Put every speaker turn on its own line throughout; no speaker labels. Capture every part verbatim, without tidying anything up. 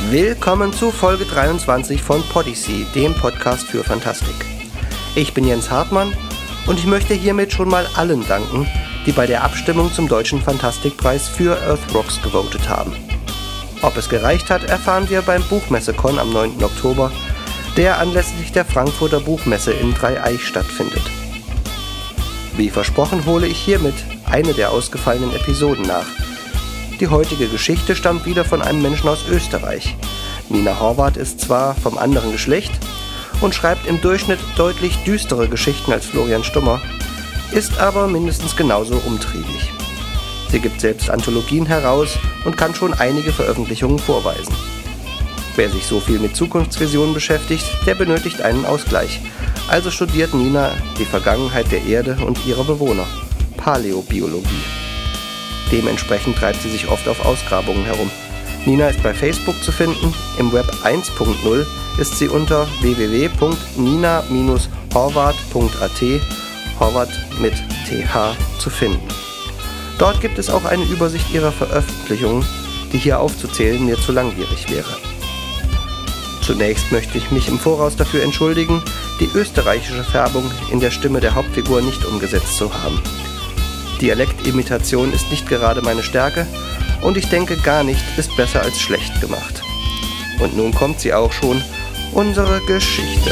Willkommen zu Folge dreiundzwanzig von Podyssey, dem Podcast für Fantastik. Ich bin Jens Hartmann und ich möchte hiermit schon mal allen danken, die bei der Abstimmung zum Deutschen Fantastikpreis für Earthrocks gewotet haben. Ob es gereicht hat, erfahren wir beim Buchmesse-Con am neunten Oktober, der anlässlich der Frankfurter Buchmesse in Dreieich stattfindet. Wie versprochen hole ich hiermit eine der ausgefallenen Episoden nach. Die heutige Geschichte stammt wieder von einem Menschen aus Österreich. Nina Horvath ist zwar vom anderen Geschlecht und schreibt im Durchschnitt deutlich düstere Geschichten als Florian Stummer, ist aber mindestens genauso umtriebig. Sie gibt selbst Anthologien heraus und kann schon einige Veröffentlichungen vorweisen. Wer sich so viel mit Zukunftsvisionen beschäftigt, der benötigt einen Ausgleich. Also studiert Nina die Vergangenheit der Erde und ihrer Bewohner, Paläobiologie. Dementsprechend treibt sie sich oft auf Ausgrabungen herum. Nina ist bei Facebook zu finden, im Web eins punkt null ist sie unter w w w punkt nina Bindestrich horvath punkt a t, Horvath mit T H, zu finden. Dort gibt es auch eine Übersicht ihrer Veröffentlichungen, die hier aufzuzählen mir zu langwierig wäre. Zunächst möchte ich mich im Voraus dafür entschuldigen, die österreichische Färbung in der Stimme der Hauptfigur nicht umgesetzt zu haben. Dialektimitation ist nicht gerade meine Stärke und ich denke, gar nicht ist besser als schlecht gemacht. Und nun kommt sie auch schon, unsere Geschichte.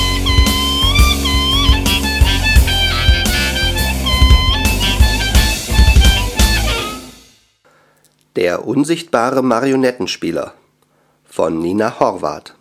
Der unsichtbare Marionettenspieler von Nina Horvath.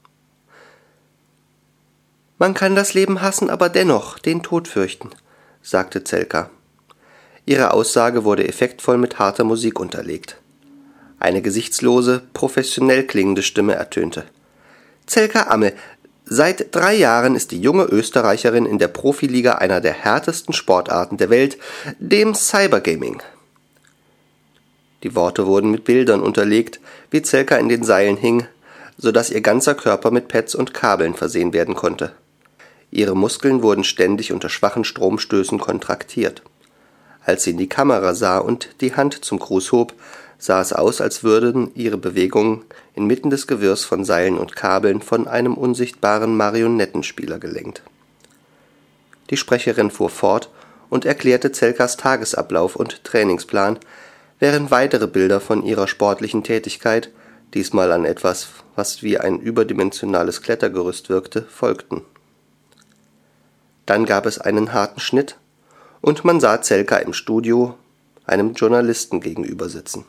Man kann das Leben hassen, aber dennoch den Tod fürchten, sagte Zelka. Ihre Aussage wurde effektvoll mit harter Musik unterlegt. Eine gesichtslose, professionell klingende Stimme ertönte. Zelka Ammel, seit drei Jahren ist die junge Österreicherin in der Profiliga einer der härtesten Sportarten der Welt, dem Cybergaming. Die Worte wurden mit Bildern unterlegt, wie Zelka in den Seilen hing, sodass ihr ganzer Körper mit Pads und Kabeln versehen werden konnte. Ihre Muskeln wurden ständig unter schwachen Stromstößen kontraktiert. Als sie in die Kamera sah und die Hand zum Gruß hob, sah es aus, als würden ihre Bewegungen inmitten des Gewirrs von Seilen und Kabeln von einem unsichtbaren Marionettenspieler gelenkt. Die Sprecherin fuhr fort und erklärte Zelkas Tagesablauf und Trainingsplan, während weitere Bilder von ihrer sportlichen Tätigkeit, diesmal an etwas, was wie ein überdimensionales Klettergerüst wirkte, folgten. Dann gab es einen harten Schnitt und man sah Zelka im Studio einem Journalisten gegenüber sitzen.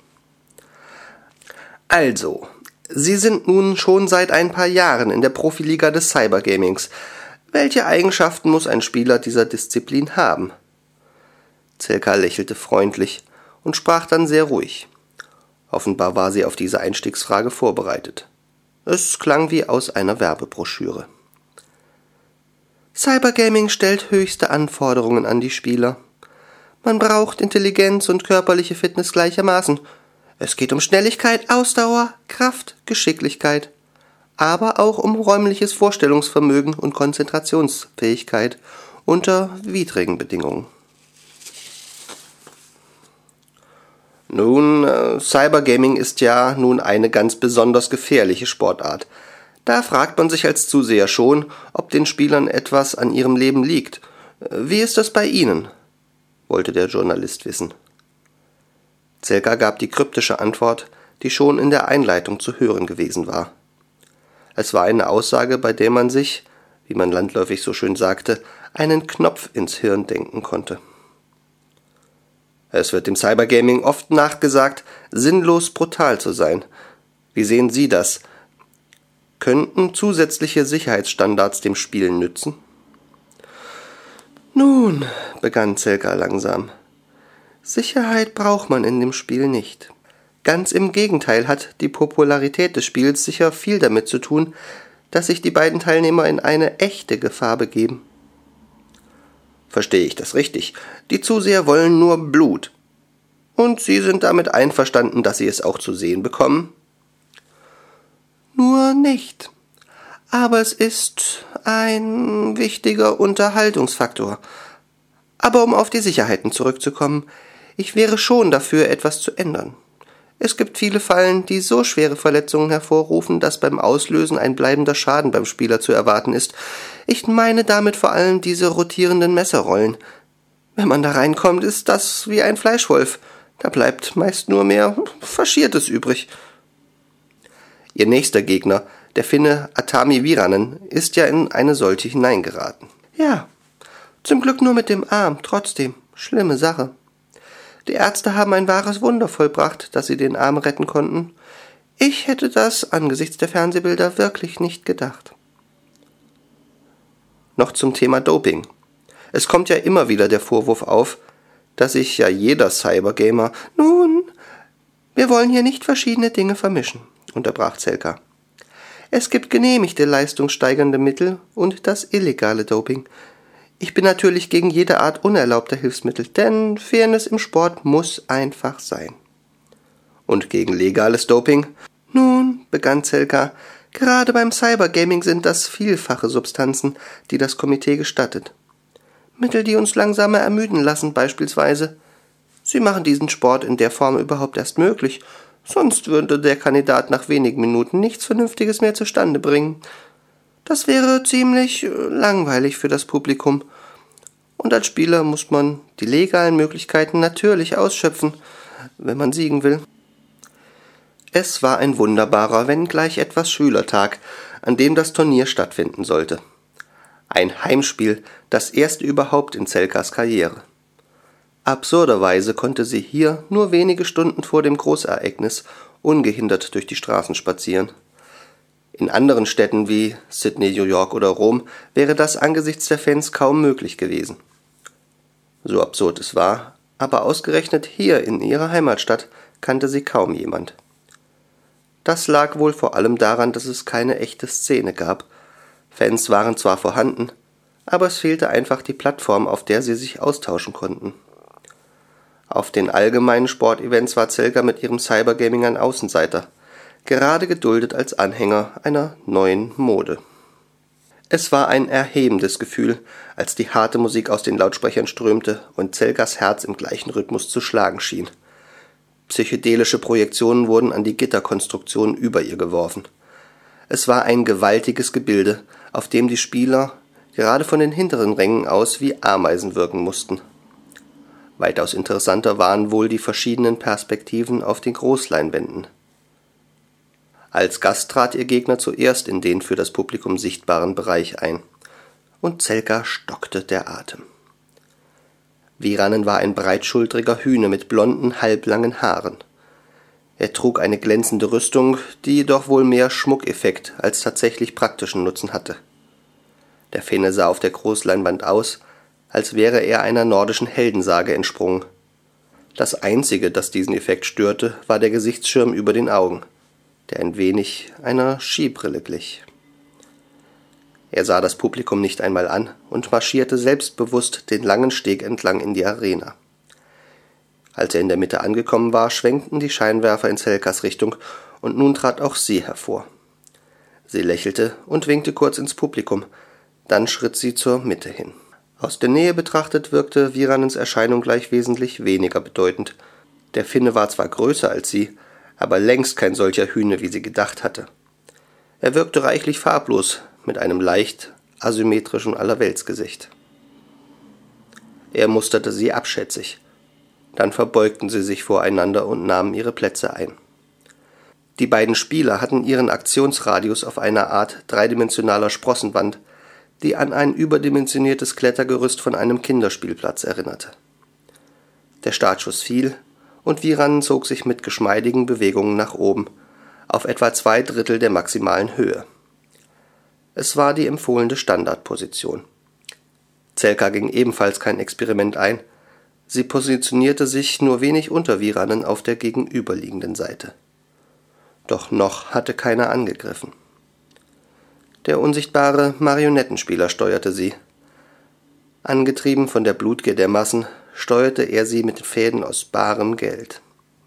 Also, Sie sind nun schon seit ein paar Jahren in der Profiliga des Cybergamings. Welche Eigenschaften muss ein Spieler dieser Disziplin haben? Zelka lächelte freundlich und sprach dann sehr ruhig. Offenbar war sie auf diese Einstiegsfrage vorbereitet. Es klang wie aus einer Werbebroschüre. Cybergaming stellt höchste Anforderungen an die Spieler. Man braucht Intelligenz und körperliche Fitness gleichermaßen. Es geht um Schnelligkeit, Ausdauer, Kraft, Geschicklichkeit, aber auch um räumliches Vorstellungsvermögen und Konzentrationsfähigkeit unter widrigen Bedingungen. Nun, äh, Cybergaming ist ja nun eine ganz besonders gefährliche Sportart. Da fragt man sich als Zuseher schon, ob den Spielern etwas an ihrem Leben liegt. Wie ist das bei Ihnen? Wollte der Journalist wissen. Zelka gab die kryptische Antwort, die schon in der Einleitung zu hören gewesen war. Es war eine Aussage, bei der man sich, wie man landläufig so schön sagte, einen Knopf ins Hirn denken konnte. Es wird dem Cybergaming oft nachgesagt, sinnlos brutal zu sein. Wie sehen Sie das? Könnten zusätzliche Sicherheitsstandards dem Spiel nützen? Nun, begann Zelka langsam, Sicherheit braucht man in dem Spiel nicht. Ganz im Gegenteil hat die Popularität des Spiels sicher viel damit zu tun, dass sich die beiden Teilnehmer in eine echte Gefahr begeben. Verstehe ich das richtig? Die Zuseher wollen nur Blut. Und Sie sind damit einverstanden, dass Sie es auch zu sehen bekommen? Nur nicht. Aber es ist ein wichtiger Unterhaltungsfaktor. Aber um auf die Sicherheiten zurückzukommen, ich wäre schon dafür, etwas zu ändern. Es gibt viele Fallen, die so schwere Verletzungen hervorrufen, dass beim Auslösen ein bleibender Schaden beim Spieler zu erwarten ist. Ich meine damit vor allem diese rotierenden Messerrollen. Wenn man da reinkommt, ist das wie ein Fleischwolf. Da bleibt meist nur mehr Faschiertes übrig. Ihr nächster Gegner, der Finne Atami Viranen, ist ja in eine solche hineingeraten. Ja, zum Glück nur mit dem Arm, trotzdem. Schlimme Sache. Die Ärzte haben ein wahres Wunder vollbracht, dass sie den Arm retten konnten. Ich hätte das angesichts der Fernsehbilder wirklich nicht gedacht. Noch zum Thema Doping. Es kommt ja immer wieder der Vorwurf auf, dass sich ja jeder Cybergamer... Nun, wir wollen hier nicht verschiedene Dinge vermischen, unterbrach Zelka. Es gibt genehmigte leistungssteigernde Mittel und das illegale Doping. Ich bin natürlich gegen jede Art unerlaubter Hilfsmittel, denn Fairness im Sport muss einfach sein. Und gegen legales Doping? Nun, begann Zelka, gerade beim Cybergaming sind das vielfache Substanzen, die das Komitee gestattet. Mittel, die uns langsamer ermüden lassen beispielsweise. Sie machen diesen Sport in der Form überhaupt erst möglich, sonst würde der Kandidat nach wenigen Minuten nichts Vernünftiges mehr zustande bringen. Das wäre ziemlich langweilig für das Publikum. Und als Spieler muss man die legalen Möglichkeiten natürlich ausschöpfen, wenn man siegen will. Es war ein wunderbarer, wenn gleich etwas schwüler Tag, an dem das Turnier stattfinden sollte. Ein Heimspiel, das erste überhaupt in Zelkas Karriere. Absurderweise konnte sie hier nur wenige Stunden vor dem Großereignis ungehindert durch die Straßen spazieren. In anderen Städten wie Sydney, New York oder Rom wäre das angesichts der Fans kaum möglich gewesen. So absurd es war, aber ausgerechnet hier in ihrer Heimatstadt kannte sie kaum jemand. Das lag wohl vor allem daran, dass es keine echte Szene gab. Fans waren zwar vorhanden, aber es fehlte einfach die Plattform, auf der sie sich austauschen konnten. Auf den allgemeinen Sportevents war Zelka mit ihrem Cybergaming ein Außenseiter, gerade geduldet als Anhänger einer neuen Mode. Es war ein erhebendes Gefühl, als die harte Musik aus den Lautsprechern strömte und Zelkas Herz im gleichen Rhythmus zu schlagen schien. Psychedelische Projektionen wurden an die Gitterkonstruktion über ihr geworfen. Es war ein gewaltiges Gebilde, auf dem die Spieler gerade von den hinteren Rängen aus wie Ameisen wirken mussten. Weitaus interessanter waren wohl die verschiedenen Perspektiven auf den Großleinwänden. Als Gast trat ihr Gegner zuerst in den für das Publikum sichtbaren Bereich ein, und Zelka stockte der Atem. Viranen war ein breitschultriger Hühne mit blonden, halblangen Haaren. Er trug eine glänzende Rüstung, die jedoch wohl mehr Schmuckeffekt als tatsächlich praktischen Nutzen hatte. Der Finne sah auf der Großleinwand aus, als wäre er einer nordischen Heldensage entsprungen. Das Einzige, das diesen Effekt störte, war der Gesichtsschirm über den Augen, der ein wenig einer Skibrille glich. Er sah das Publikum nicht einmal an und marschierte selbstbewusst den langen Steg entlang in die Arena. Als er in der Mitte angekommen war, schwenkten die Scheinwerfer in Zelkas Richtung und nun trat auch sie hervor. Sie lächelte und winkte kurz ins Publikum, dann schritt sie zur Mitte hin. Aus der Nähe betrachtet wirkte Viranens Erscheinung gleich wesentlich weniger bedeutend. Der Finne war zwar größer als sie, aber längst kein solcher Hühne, wie sie gedacht hatte. Er wirkte reichlich farblos, mit einem leicht asymmetrischen Allerweltsgesicht. Er musterte sie abschätzig. Dann verbeugten sie sich voreinander und nahmen ihre Plätze ein. Die beiden Spieler hatten ihren Aktionsradius auf einer Art dreidimensionaler Sprossenwand, die an ein überdimensioniertes Klettergerüst von einem Kinderspielplatz erinnerte. Der Startschuss fiel, und Viranen zog sich mit geschmeidigen Bewegungen nach oben, auf etwa zwei Drittel der maximalen Höhe. Es war die empfohlene Standardposition. Zelka ging ebenfalls kein Experiment ein. Sie positionierte sich nur wenig unter Viranen auf der gegenüberliegenden Seite. Doch noch hatte keiner angegriffen. Der unsichtbare Marionettenspieler steuerte sie. Angetrieben von der Blutgier der Massen, steuerte er sie mit Fäden aus barem Geld.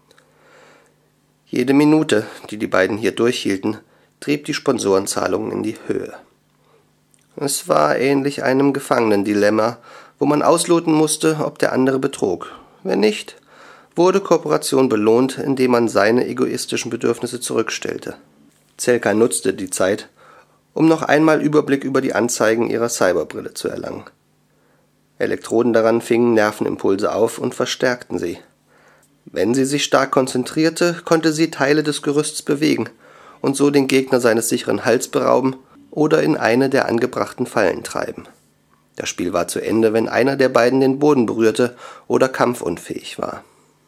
Jede Minute, die die beiden hier durchhielten, trieb die Sponsorenzahlungen in die Höhe. Es war ähnlich einem Gefangenendilemma, wo man ausloten musste, ob der andere betrog. Wenn nicht, wurde Kooperation belohnt, indem man seine egoistischen Bedürfnisse zurückstellte. Zelka nutzte die Zeit, um noch einmal Überblick über die Anzeigen ihrer Cyberbrille zu erlangen. Elektroden daran fingen Nervenimpulse auf und verstärkten sie. Wenn sie sich stark konzentrierte, konnte sie Teile des Gerüsts bewegen und so den Gegner seines sicheren Halts berauben oder in eine der angebrachten Fallen treiben. Das Spiel war zu Ende, wenn einer der beiden den Boden berührte oder kampfunfähig war.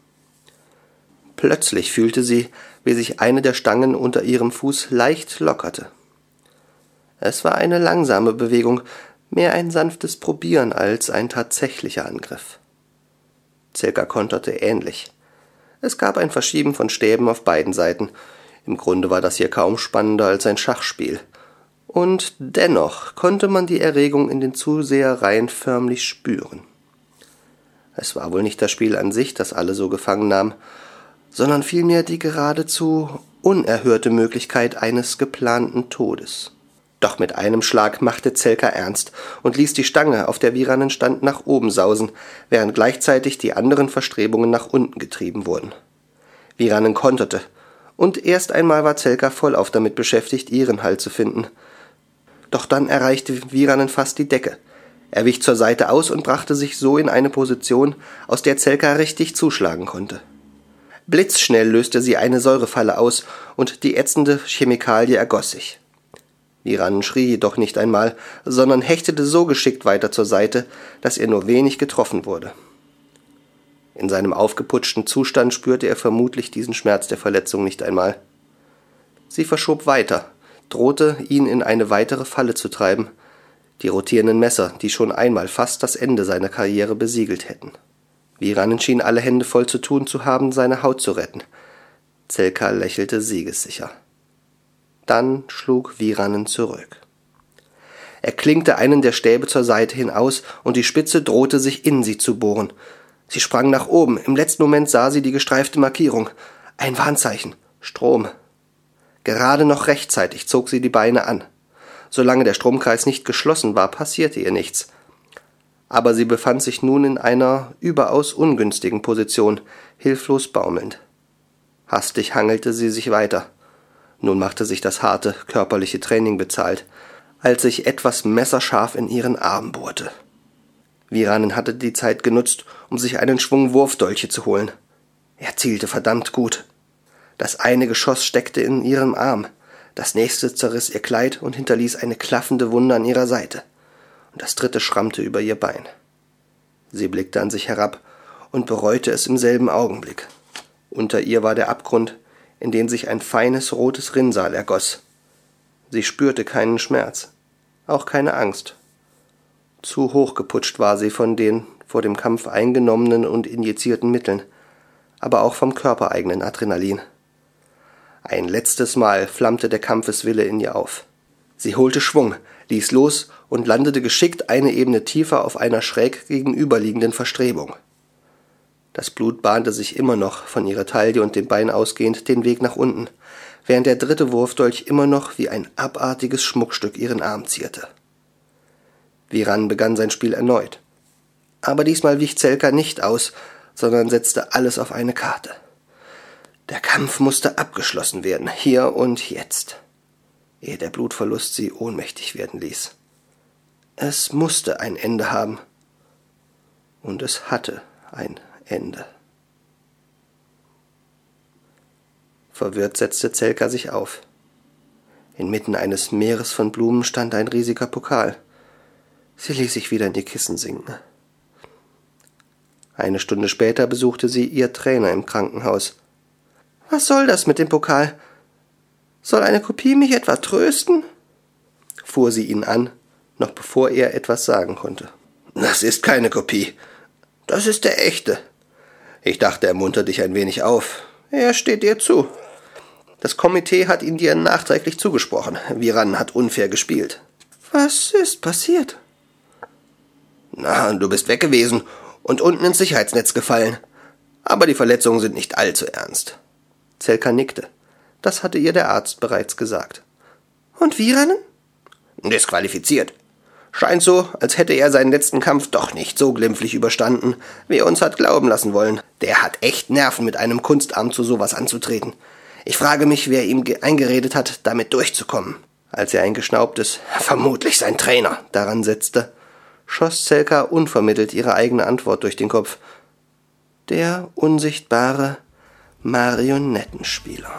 Plötzlich fühlte sie, wie sich eine der Stangen unter ihrem Fuß leicht lockerte. Es war eine langsame Bewegung, mehr ein sanftes Probieren als ein tatsächlicher Angriff. Zelka konterte ähnlich. Es gab ein Verschieben von Stäben auf beiden Seiten. Im Grunde war das hier kaum spannender als ein Schachspiel. Und dennoch konnte man die Erregung in den Zuseherreihen förmlich spüren. Es war wohl nicht das Spiel an sich, das alle so gefangen nahm, sondern vielmehr die geradezu unerhörte Möglichkeit eines geplanten Todes. Doch mit einem Schlag machte Zelka ernst und ließ die Stange, auf der Viranen stand, nach oben sausen, während gleichzeitig die anderen Verstrebungen nach unten getrieben wurden. Viranen konterte, und erst einmal war Zelka vollauf damit beschäftigt, ihren Halt zu finden. Doch dann erreichte Viranen fast die Decke. Er wich zur Seite aus und brachte sich so in eine Position, aus der Zelka richtig zuschlagen konnte. Blitzschnell löste sie eine Säurefalle aus, und die ätzende Chemikalie ergoss sich. Viranen schrie jedoch nicht einmal, sondern hechtete so geschickt weiter zur Seite, dass er nur wenig getroffen wurde. In seinem aufgeputschten Zustand spürte er vermutlich diesen Schmerz der Verletzung nicht einmal. Sie verschob weiter, drohte, ihn in eine weitere Falle zu treiben, die rotierenden Messer, die schon einmal fast das Ende seiner Karriere besiegelt hätten. Viranen schien alle Hände voll zu tun zu haben, seine Haut zu retten. Zelka lächelte siegessicher. Dann schlug Viranen zurück. Er klinkte einen der Stäbe zur Seite hin aus, und die Spitze drohte sich in sie zu bohren. Sie sprang nach oben. Im letzten Moment sah sie die gestreifte Markierung. Ein Warnzeichen. Strom. Gerade noch rechtzeitig zog sie die Beine an. Solange der Stromkreis nicht geschlossen war, passierte ihr nichts. Aber sie befand sich nun in einer überaus ungünstigen Position, hilflos baumelnd. Hastig hangelte sie sich weiter. Nun machte sich das harte, körperliche Training bezahlt, als sich etwas messerscharf in ihren Arm bohrte. Viranen hatte die Zeit genutzt, um sich einen Schwung Wurfdolche zu holen. Er zielte verdammt gut. Das eine Geschoss steckte in ihrem Arm, das nächste zerriss ihr Kleid und hinterließ eine klaffende Wunde an ihrer Seite, und das dritte schrammte über ihr Bein. Sie blickte an sich herab und bereute es im selben Augenblick. Unter ihr war der Abgrund, in den sich ein feines rotes Rinnsal ergoss. Sie spürte keinen Schmerz, auch keine Angst. Zu hochgeputscht war sie von den vor dem Kampf eingenommenen und injizierten Mitteln, aber auch vom körpereigenen Adrenalin. Ein letztes Mal flammte der Kampfeswille in ihr auf. Sie holte Schwung, ließ los und landete geschickt eine Ebene tiefer auf einer schräg gegenüberliegenden Verstrebung. Das Blut bahnte sich immer noch, von ihrer Taille und dem Bein ausgehend, den Weg nach unten, während der dritte Wurfdolch immer noch wie ein abartiges Schmuckstück ihren Arm zierte. Viranen begann sein Spiel erneut. Aber diesmal wich Zelka nicht aus, sondern setzte alles auf eine Karte. Der Kampf musste abgeschlossen werden, hier und jetzt, ehe der Blutverlust sie ohnmächtig werden ließ. Es musste ein Ende haben. Und es hatte ein Ende. Verwirrt setzte Zelka sich auf. Inmitten eines Meeres von Blumen stand ein riesiger Pokal. Sie ließ sich wieder in die Kissen sinken. Eine Stunde später besuchte sie ihr Trainer im Krankenhaus. »Was soll das mit dem Pokal? Soll eine Kopie mich etwa trösten?« fuhr sie ihn an, noch bevor er etwas sagen konnte. »Das ist keine Kopie. Das ist der echte. Ich dachte, er muntert dich ein wenig auf. Er steht dir zu. Das Komitee hat ihn dir nachträglich zugesprochen. Viranen hat unfair gespielt.« »Was ist passiert?« »Na, du bist weg gewesen und unten ins Sicherheitsnetz gefallen. Aber die Verletzungen sind nicht allzu ernst.« Zelka nickte. Das hatte ihr der Arzt bereits gesagt. »Und Viranen?« »Disqualifiziert. Scheint so, als hätte er seinen letzten Kampf doch nicht so glimpflich überstanden, wie er uns hat glauben lassen wollen. Der hat echt Nerven, mit einem Kunstarm zu sowas anzutreten. Ich frage mich, wer ihm eingeredet hat, damit durchzukommen. Als er ein geschnaubtes, vermutlich sein Trainer, daran setzte, schoss Selka unvermittelt ihre eigene Antwort durch den Kopf. Der unsichtbare Marionettenspieler.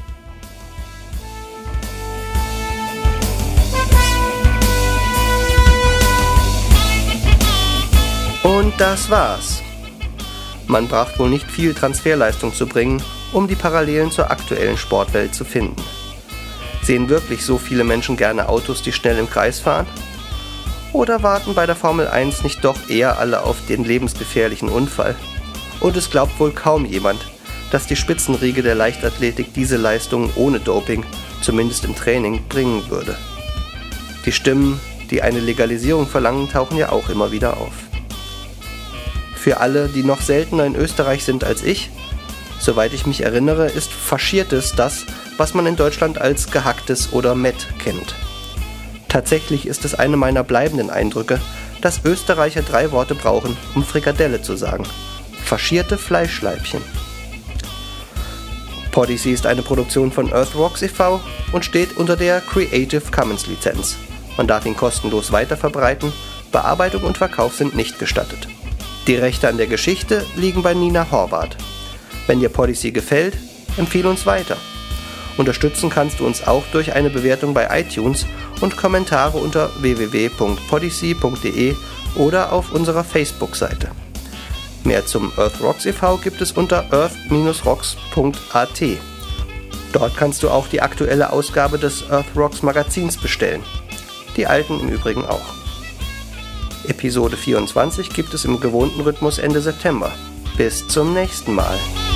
Und das war's. Man braucht wohl nicht viel Transferleistung zu bringen, um die Parallelen zur aktuellen Sportwelt zu finden. Sehen wirklich so viele Menschen gerne Autos, die schnell im Kreis fahren? Oder warten bei der Formel eins nicht doch eher alle auf den lebensgefährlichen Unfall? Und es glaubt wohl kaum jemand, dass die Spitzenriege der Leichtathletik diese Leistungen ohne Doping, zumindest im Training, bringen würde. Die Stimmen, die eine Legalisierung verlangen, tauchen ja auch immer wieder auf. Für alle, die noch seltener in Österreich sind als ich, soweit ich mich erinnere, ist Faschiertes das, was man in Deutschland als Gehacktes oder Mett kennt. Tatsächlich ist es eine meiner bleibenden Eindrücke, dass Österreicher drei Worte brauchen, um Frikadelle zu sagen. Faschierte Fleischleibchen. Podyssey ist eine Produktion von Earthworks e V und steht unter der Creative Commons Lizenz. Man darf ihn kostenlos weiterverbreiten, Bearbeitung und Verkauf sind nicht gestattet. Die Rechte an der Geschichte liegen bei Nina Horvath. Wenn dir Podyssey gefällt, empfehle uns weiter. Unterstützen kannst du uns auch durch eine Bewertung bei iTunes und Kommentare unter w w w punkt podyssey punkt d e oder auf unserer Facebook-Seite. Mehr zum Earthworks e V gibt es unter earth dash rocks punkt a t. Dort kannst du auch die aktuelle Ausgabe des Earthworks Magazins bestellen. Die alten im Übrigen auch. Episode vierundzwanzig gibt es im gewohnten Rhythmus Ende September. Bis zum nächsten Mal.